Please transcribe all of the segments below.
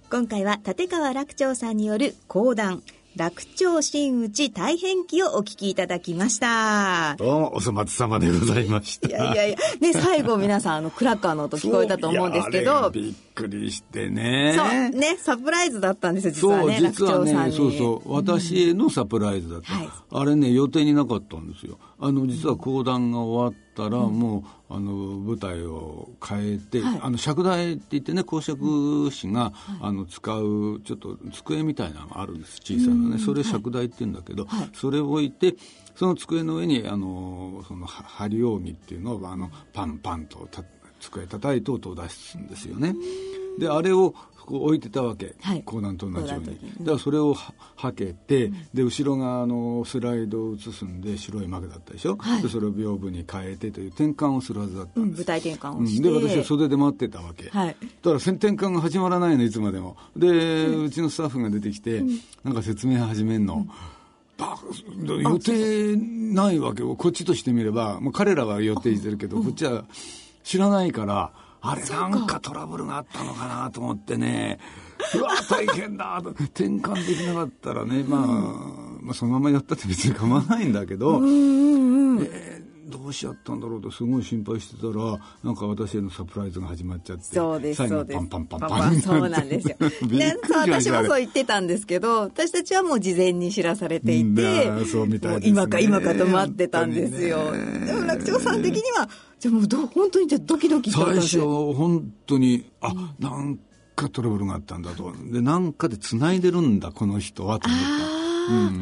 今回は立川楽長さんによる講談楽長真打大変記をお聞きいただきました。 どうもお粗末様でございました。 いやね、最後皆さんクラッカーの音聞こえたと思うんですけど、 びっくりしてね。 そうね、サプライズだったんですよ、実はね。 実はね、 楽長さんにそう私へのサプライズだった、はい、あれね予定になかったんですよ。実は講談が終わったら、もう舞台を変えて、はい、釈台って言ってね、講釈師が、使うちょっと机みたいなのがあるんです、小さなね。それ釈台って言うんだけど、はい、それを置いて、その机の上にその針扇っていうのをパンパンと机叩いて音を出すんですよね。であれをこう置いてたわけ、はい、講談と同じように。だからそれをはけて、で後ろがスライドを映すんで白い幕だったでしょ、はい、でそれを屏風に変えてという転換をするはずだったんです、 舞台転換をして、 で私は袖で待ってたわけ、はい、だから転換が始まらないのいつまでもで、うちのスタッフが出てきて、なんか説明始めんの、予定ないわけをこっちとしてみれば、もう彼らは予定してるけど、こっちは知らないから、あれなんかトラブルがあったのかなと思ってね、うわ大変だと転換できなかったらね、まあそのままやったって別に構わないんだけど、どうしちゃったんだろうとすごい心配してたら、なんか私へのサプライズが始まっちゃって、 そうです最後パンパンパンパン、 そうなんですよ私もそう言ってたんですけど、私たちはもう事前に知らされていて、 そうみたいですね、 今かと待ってたんですよ、でも楽長さん的にはじゃもう本当にドキドキしてたんですよ。 最初本当になんかトラブルがあったんだと、でなんかで繋いでるんだこの人はと思った、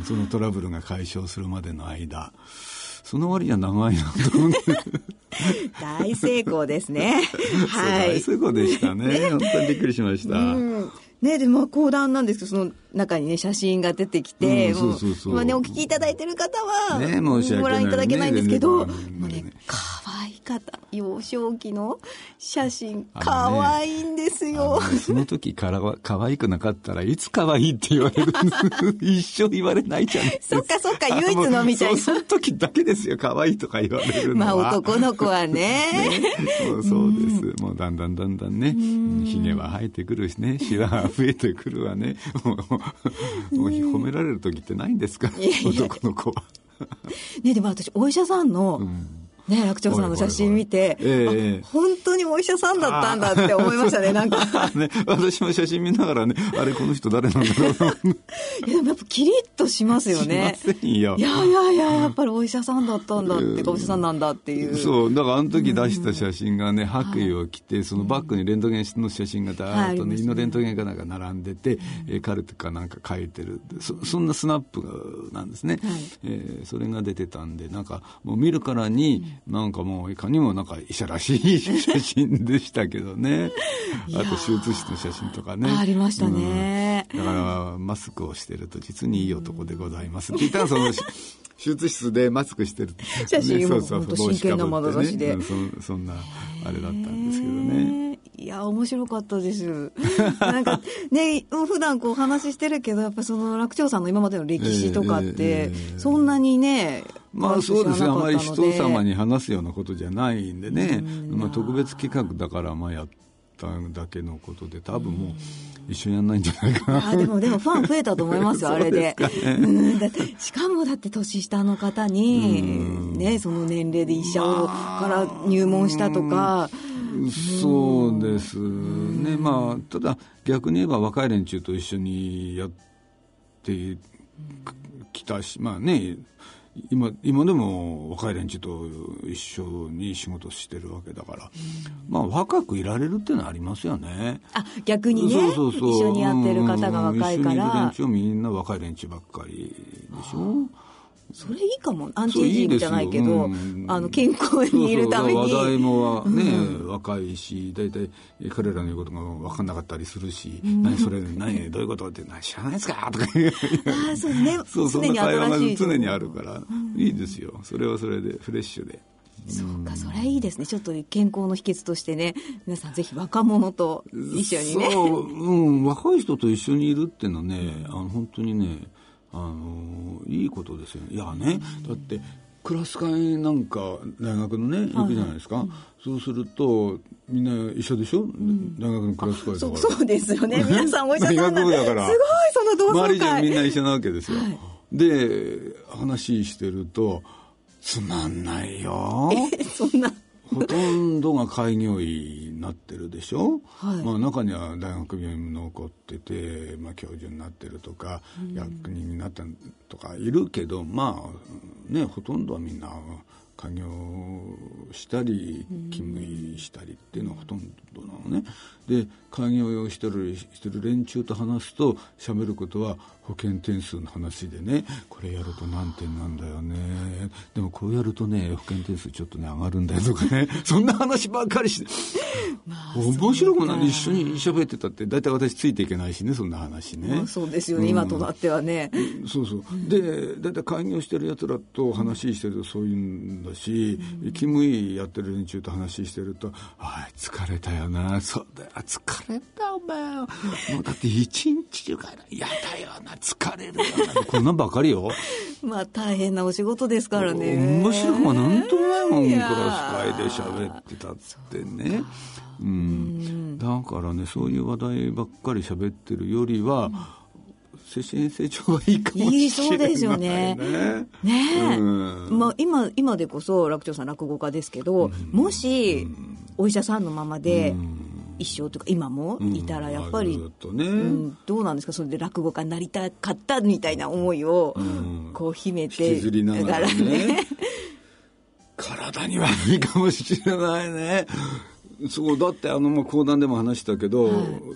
そのトラブルが解消するまでの間、その割には長いなと思って大成功ですねはい、 大成功でしたね本当にびっくりしました、 ね、で講談なんですけど、その中にね写真が出てきて、今ねお聞きいただいてる方は、ね、ご覧いただけないんですけど、もうね可愛い方、幼少期の写真可愛いんですよ、 その時から可愛くなかったらいつ可愛いって言われる一生言われないじゃんそっか唯一のみたいなその時だけですよ可愛いとか言われるのは、 男の子はねそうです、もうだんだんね、ひげは生えてくるしね、シワが増えてくるわね、もう褒められる時ってないんですか男の子はね。でも私お医者さんの、ね、楽長さんの写真見て、本当にお医者さんだったんだって思いましたね、なんかね、私も写真見ながらね、あれこの人誰なんだろうでもやっぱキリッとしますよね。 しませんよ。 いややっぱりお医者さんだったんだってお医者さんなんだっていう。 そうだからあの時出した写真がね、白衣を着て、そのバッグにレントゲンの写真がダーッとね、胃のレントゲンかなんか並んでて、カルテかなんか書いてる、そんなスナップなんですね、それが出てたんで、なんかもう見るからになんかもういかにもなんか医者らしい写真でしたけどねあと手術室の写真とかねありましたね、 だからマスクをしてると実にいい男でございますって言ったら、その手術室でマスクしてる写真も本当真剣な眼差しで、 そんなあれだったんですけどね。 いや面白かったですなんかね、普段お話ししてるけど、やっぱその楽長さんの今までの歴史とかって、そんなにね、 そうですね、あまり人様に話すようなことじゃないんでね、特別企画だからやっただけのことで、多分もう一緒にやんないんじゃないかな。 でもファン増えたと思いますよあれで、だってしかもだって年下の方に、ね、その年齢で医者から入門したとか、 そうですね、ただ逆に言えば若い連中と一緒にやってきたし、今でも若い連中と一緒に仕事してるわけだから、若くいられるっていうのはありますよね。 逆にね、そう一緒にやってる方が若いから、 一緒にいる連中はみんな若い連中ばっかりでしょ。 それいいかも、アンチエイジングじゃないけど、健康にいるために、 話題もね、若いし、だいたい彼らの言うことが分かんなかったりするし、何それどういうことって知らないですかとか言うそうね、 そんな会話が常にあるから、いいですよ、それはそれでフレッシュで。 そうか、それはいいですね。ちょっと健康の秘訣としてね、皆さんぜひ若者と一緒にね、 若い人と一緒にいるっていうのはね、本当にね、いいことですよね。いやね、だってクラス会なんか大学のね行くじゃないですか、そうするとみんな一緒でしょ、大学のクラス会だからそうですよね、皆さんお医者さんなんでだからすごいその同窓会周りじゃみんな一緒なわけですよ、で話してるとつまんないよそんなほとんどが開業医になってるでしょ、中には大学病院も残ってて、教授になってるとか、役人になったとかいるけど、ほとんどはみんな開業したり勤務医したりっていうのはほとんどなのね。で開業をしてる連中と話すと喋ることは保険点数の話でね、これやると何点なんだよね、でもこうやるとね保険点数ちょっとね上がるんだよとかねそんな話ばっかりして面白くない。一緒に喋ってたって大体私ついていけないしね、そんな話ね、 そうですよね、今となってはね、 そうで大体開業してるやつらと話してるとそういうんだし、勤務医やってる連中と話してると疲れたよな、そうだよ疲れたお前もうだって一日中からやだよな疲れるよなこんなんばかりよ大変なお仕事ですからね。 面白くもなんともないもん、クラス会で喋ってたってね、だからねそういう話題ばっかり喋ってるよりは、精神成長はいいかもしれない、 そうですよね。今でこそ楽長さん落語家ですけど、もしお医者さんのままで一生とか今もいたらやっぱり、どうなんですか、それで落語家になりたかったみたいな思いをこう秘めて引きずりながらね体に悪いかもしれないね。そうだって講談でも話したけど、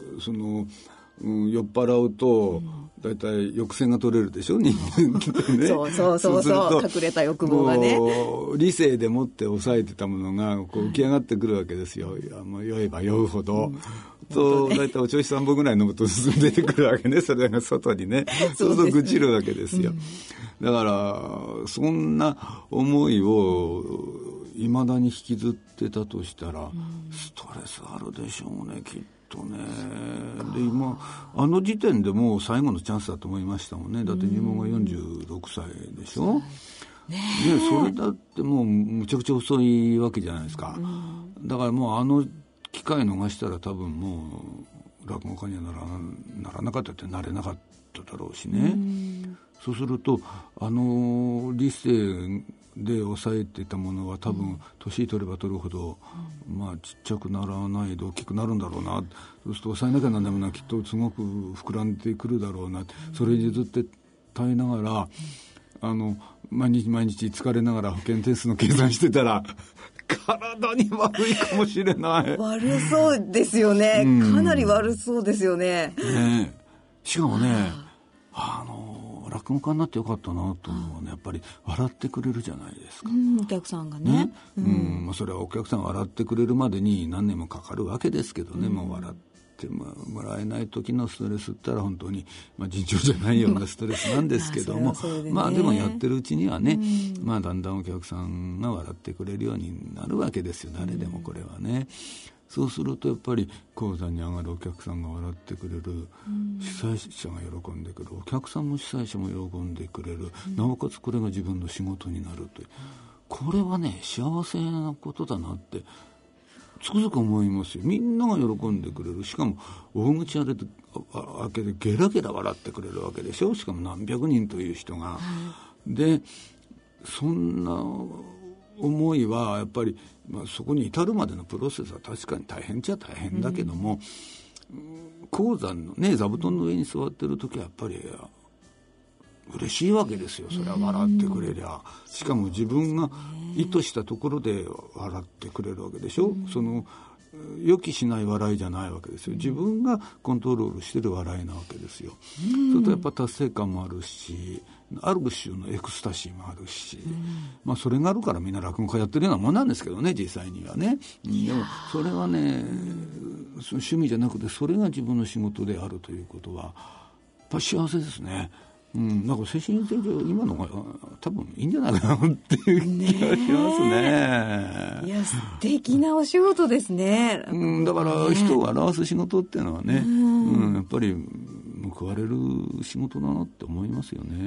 酔っ払うとだいたい抑制が取れるでしょ、人間ってねそう隠れた欲望がね、 理性でもって抑えてたものがこう浮き上がってくるわけですよ。酔えば酔うほど、だいたいおちょい3本ぐらい飲むと出てくるわけね、それが外にねそうすると愚痴るわけですよ、だからそんな思いをいまだに引きずってたとしたら、ストレスあるでしょうね、きっとね。で今時点でもう最後のチャンスだと思いましたもんね。だって入門が46歳でしょ、それだってもうむちゃくちゃ遅いわけじゃないですか、だからもう機会逃したら多分もう落語家にはならなかったってなれなかっただろうしね、そうすると理性で抑えていたものは多分年取れば取るほど、ちっちゃくならないで大きくなるんだろうな、そうすると抑えなきゃなんだものはきっとすごく膨らんでくるだろうな、それにずっと耐えながら毎日疲れながら保険点数の計算してたら体に悪いかもしれない悪そうですよね、かなり悪そうですよね。 しかもね落語家になってよかったなと思うのはね、やっぱり笑ってくれるじゃないですか、 お客さんがね、 それはお客さんが笑ってくれるまでに何年もかかるわけですけどね、もう笑ってもらえない時のストレスって言ったら本当に、尋常じゃないようなストレスなんですけどもでもやってるうちにはね、だんだんお客さんが笑ってくれるようになるわけですよ、誰でもこれはね。そうするとやっぱり講座に上がるお客さんが笑ってくれる、主催者が喜んでくれる、お客さんも主催者も喜んでくれる、なおかつこれが自分の仕事になるという、これはね幸せなことだなってつくづく思いますよ。みんなが喜んでくれる、しかも大口開けでゲラゲラ笑ってくれるわけでしょ、しかも何百人という人が、でそんな思いはやっぱり、そこに至るまでのプロセスは確かに大変っちゃ大変だけども、鉱山のね座布団の上に座ってる時はやっぱり嬉しいわけですよ。それは笑ってくれりゃ、しかも自分が意図したところで笑ってくれるわけでしょ、その予期しない笑いじゃないわけですよ。自分がコントロールしてる笑いなわけですよ。それとやっぱ達成感もあるし、ある種のエクスタシーもあるし、それがあるからみんな落語家やってるようなもんなんですけどね、実際にはね。でもそれはね、趣味じゃなくてそれが自分の仕事であるということはやっぱ幸せですね。なんか精神成長今のが多分いいんじゃないかなっていう気がしますね。 いや素敵なお仕事ですね。 だから人を笑わす仕事っていうのはね、やっぱり報われる仕事だなって思いますよね。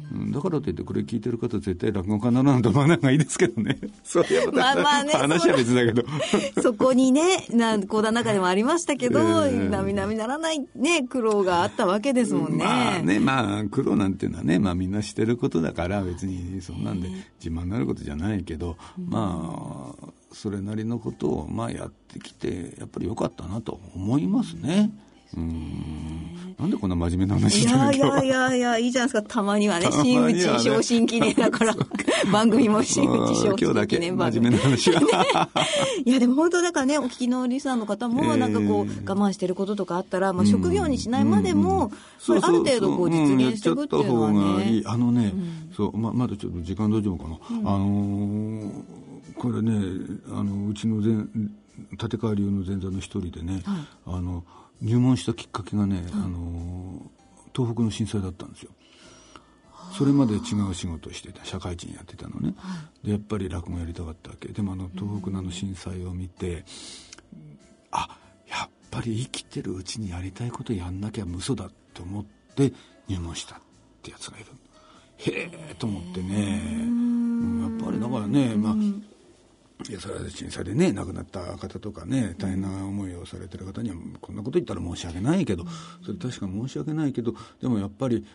だからといってこれ聞いてる方絶対落語家にならないと思わない方がいいですけどね。そういうことまあまあね、 話は別だけどそこにね、講談の中でもありましたけど、並々ならないね、苦労があったわけですもんね。 まあね、まあ苦労なんていうのはね、まあみんなしてることだから別にそんなんで自慢になることじゃないけど、まあそれなりのことをまあやってきてやっぱり良かったなと思いますね。なんでこんな真面目な話してるの？ いやいいじゃないですか。たまにはね、真打ち昇進記念だから番組も真打ち昇進記念番組。 今日だけ真面目な話はいやでも本当だからね、お聞きのリスナーの方もなんかこう我慢してることとかあったら、まあ職業にしないまでもある程度こう実現していくっていうのはね。 そうまだちょっと時間大丈夫かな。これね、うちの立川流の前座の一人でね、入門したきっかけがね、東北の震災だったんですよ。それまで違う仕事をしてた、社会人やってたのね、でやっぱり落語やりたかったわけでも東北の震災を見て、やっぱり生きてるうちにやりたいことやんなきゃ嘘だって思って入門したってやつがいる。へえと思ってね、やっぱりだからね、それは震災でね亡くなった方とかね、大変な思いをされてる方にはこんなこと言ったら申し訳ないけど、それ確か申し訳ないけど、でもやっぱり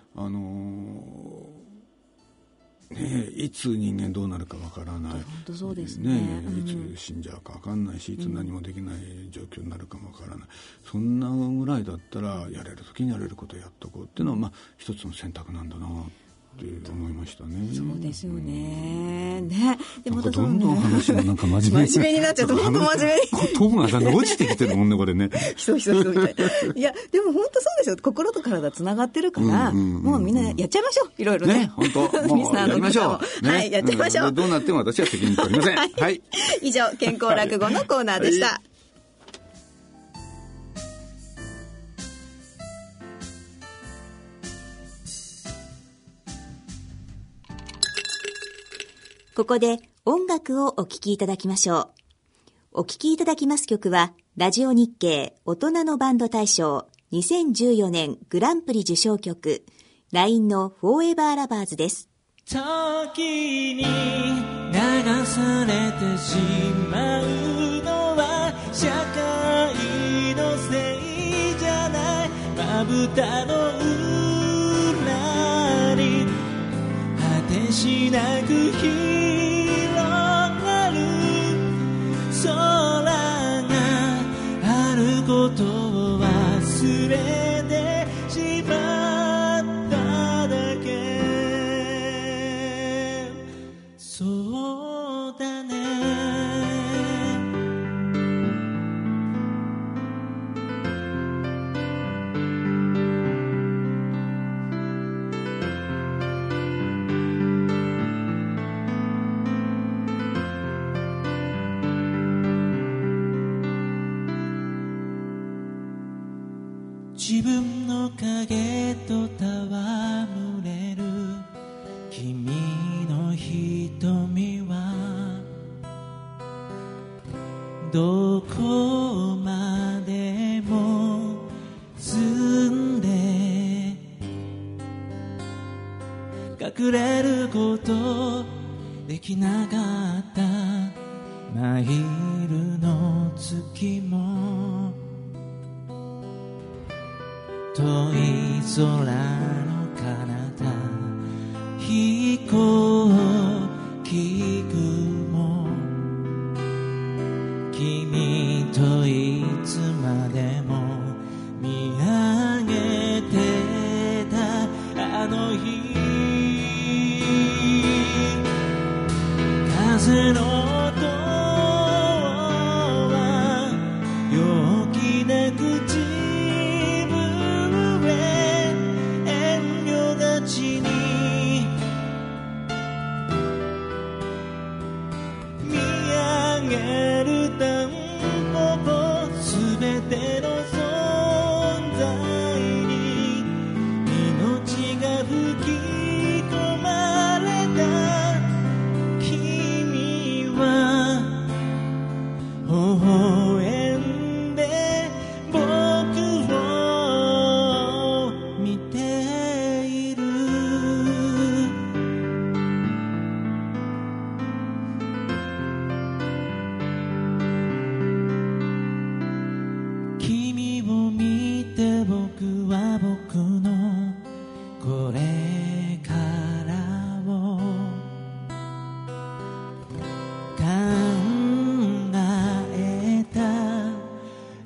いつ人間どうなるかわからない、 本当そうですね、 いつ死んじゃうかわかんないし、いつ何もできない状況になるかもわからない、そんなぐらいだったらやれる時にやれることをやっとこうっていうのは、一つの選択なんだなって思いましたね。 そうですよね。 でまたどんどん話もなんか真面目になっちゃうと本当真面目に。 トーンがだんだん落ちてきてるもんねこれね。 ひそみたいな。いやでも本当そうですよ。心と体つながってるから、もうみんなやっちゃいましょう。いろいろね。 本当。もうやりましょう。 はい、やっちゃいましょう。 どうなっても私は責任取りません。はい。 以上健康落語のコーナーでした。ここで音楽をお聴きいただきましょう。お聴きいただきます曲は、ラジオ日経大人のバンド大賞2014年グランプリ受賞曲、LINE のフォーエバーラバーズです。 時に流されてしまうのは社会のせいじゃない、まぶたの裏に果てしなく広がる空があることを忘れてしまっただけ。そうだね、自分の影と戯れる君の瞳はどこまでも澄んで隠れることできなかったマイルの月も遠い空の彼方飛行機雲君といつまでも見上げてたあの日、風の音は陽気な口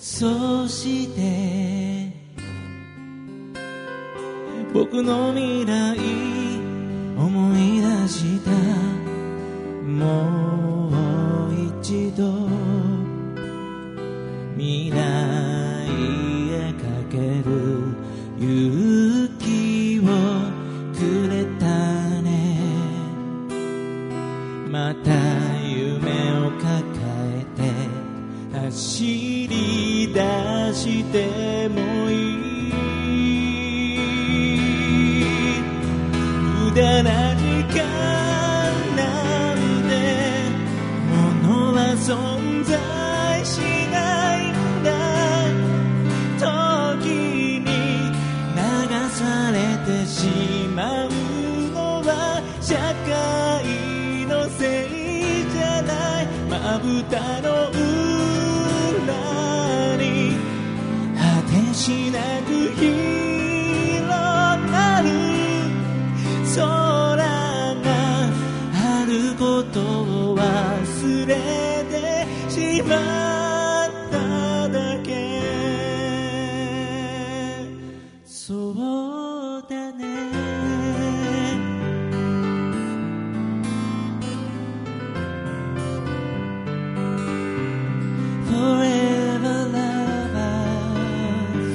そして僕の未来思い出した。もう一度未来へかける勇気をくれたね。また夢を抱えて走り出してもいい。無駄な時間なんてものは存在しないんだ。時に流されてしまうのは社会のせいじゃない。まぶたの裏に果てしなく広がる空があることを忘れてしまっただけ。そうだね。Forever lovers.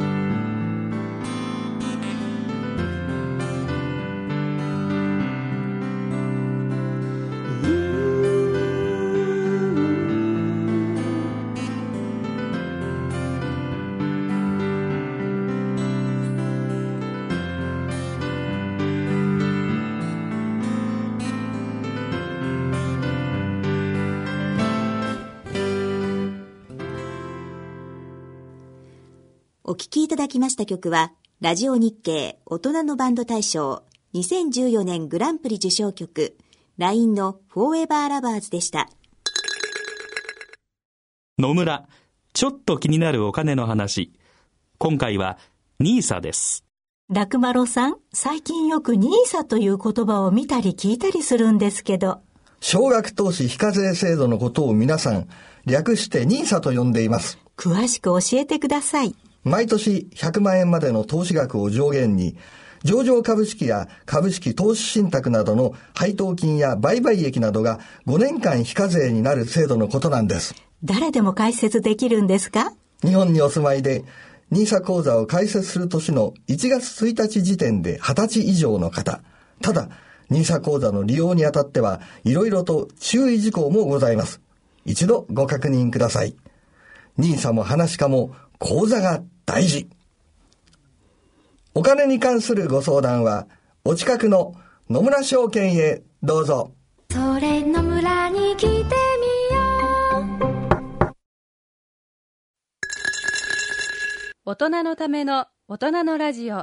お聴きいただきました曲は、ラジオ日経大人のバンド大賞2014年グランプリ受賞曲、LINE のフォーエバーラバーズでした。 野村、ちょっと気になるお金の話。今回は NISA です。 楽丸さん、最近よく NISA という言葉を見たり聞いたりするんですけど。 少額投資非課税制度のことを皆さん、略して NISA と呼んでいます。 詳しく教えてください。 毎年100万円までの投資額を上限に、上場株式や株式投資信託などの配当金や売買益などが5年間非課税になる制度のことなんです。 誰でも開設できるんですか？ 日本にお住まいで NISA 口座を開設する年の1月1日時点で20歳以上の方。ただ、NISA 口座の利用にあたってはいろいろと注意事項もございます。一度ご確認ください。NISA も話かも口座が大事。お金に関するご相談はお近くの野村証券へどうぞ。 それ野村に来てみよう。 大人のための大人のラジオ。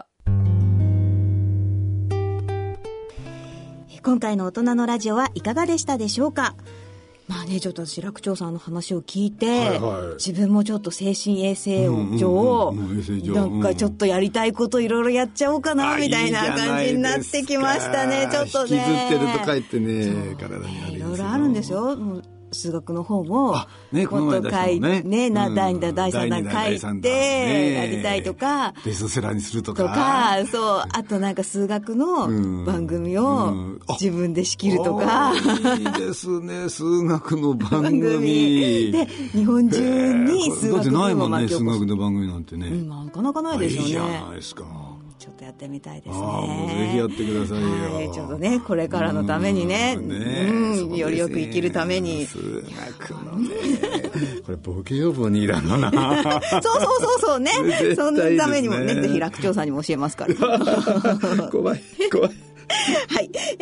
今回の大人のラジオはいかがでしたでしょうか？まあね、ちょっと私楽長さんの話を聞いて、自分もちょっと精神衛生上、なんかちょっとやりたいこといろいろやっちゃおうかなみたいな感じになってきましたね。ちょっとね、 引きずってるとか言ってね、体に悪いですよ。 いろいろあるんですよ。もう数学の方もね、この前出したのね、 第2弾第3弾書いてやりたいとか、 ベストセラーにするとかそう、あとなんか数学の番組を自分で仕切るとか、 いいですね、数学の番組で日本中に数学のだってないもんね、数学の番組なんてね、 なかなかないですよね。 いいじゃないですか。 ちょっとやってみたいですね。 もうぜひやってくださいよ。 はい、ちょっとね、これからのためにね、よりよく生きるために。 数学のね、これボケ予防にいらんのな。 そうね。そのためにもね、ぜひ楽長さんにも教えますから。 怖い。 はい。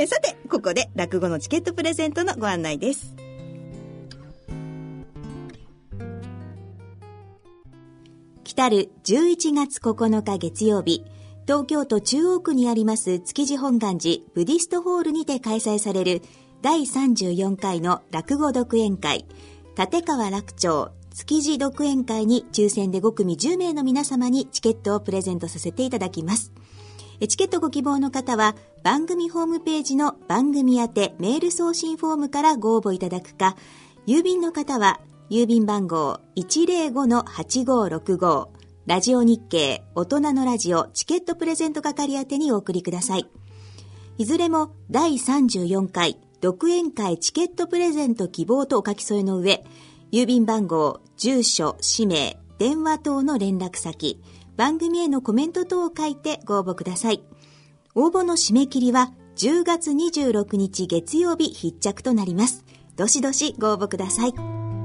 さて、ここで落語のチケットプレゼントのご案内です。 来る11月9日月曜日、東京都中央区にあります築地本願寺ブディストホールにて開催される第34回の落語独演会、立川楽長築地独演会に抽選で5組10名の皆様にチケットをプレゼントさせていただきます。チケットご希望の方は番組ホームページの番組宛てメール送信フォームからご応募いただくか、郵便の方は郵便番号 105-8565 ラジオ日経大人のラジオチケットプレゼント係宛てにお送りください。いずれも第34回独演会チケットプレゼント希望とお書き添えの上、郵便番号、住所、氏名、電話等の連絡先、番組へのコメント等を書いてご応募ください。応募の締め切りは10月26日月曜日必着となります。どしどしご応募ください。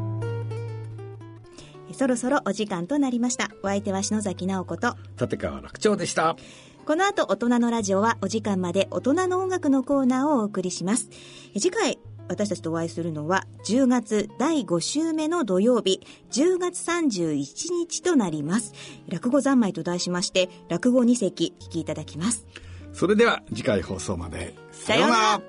そろそろお時間となりました。お相手は篠崎直子と立川楽長でした。 この後大人のラジオはお時間まで大人の音楽のコーナーをお送りします。次回私たちとお会いするのは10月第5週目の土曜日10月31日となります。落語三昧と題しまして落語2席聞きいただきます。 それでは次回放送までさようなら。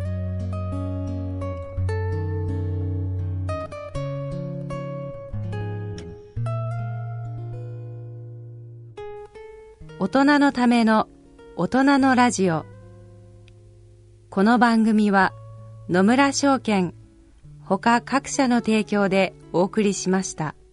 大人のための大人のラジオ。この番組は野村証券ほか各社の提供でお送りしました。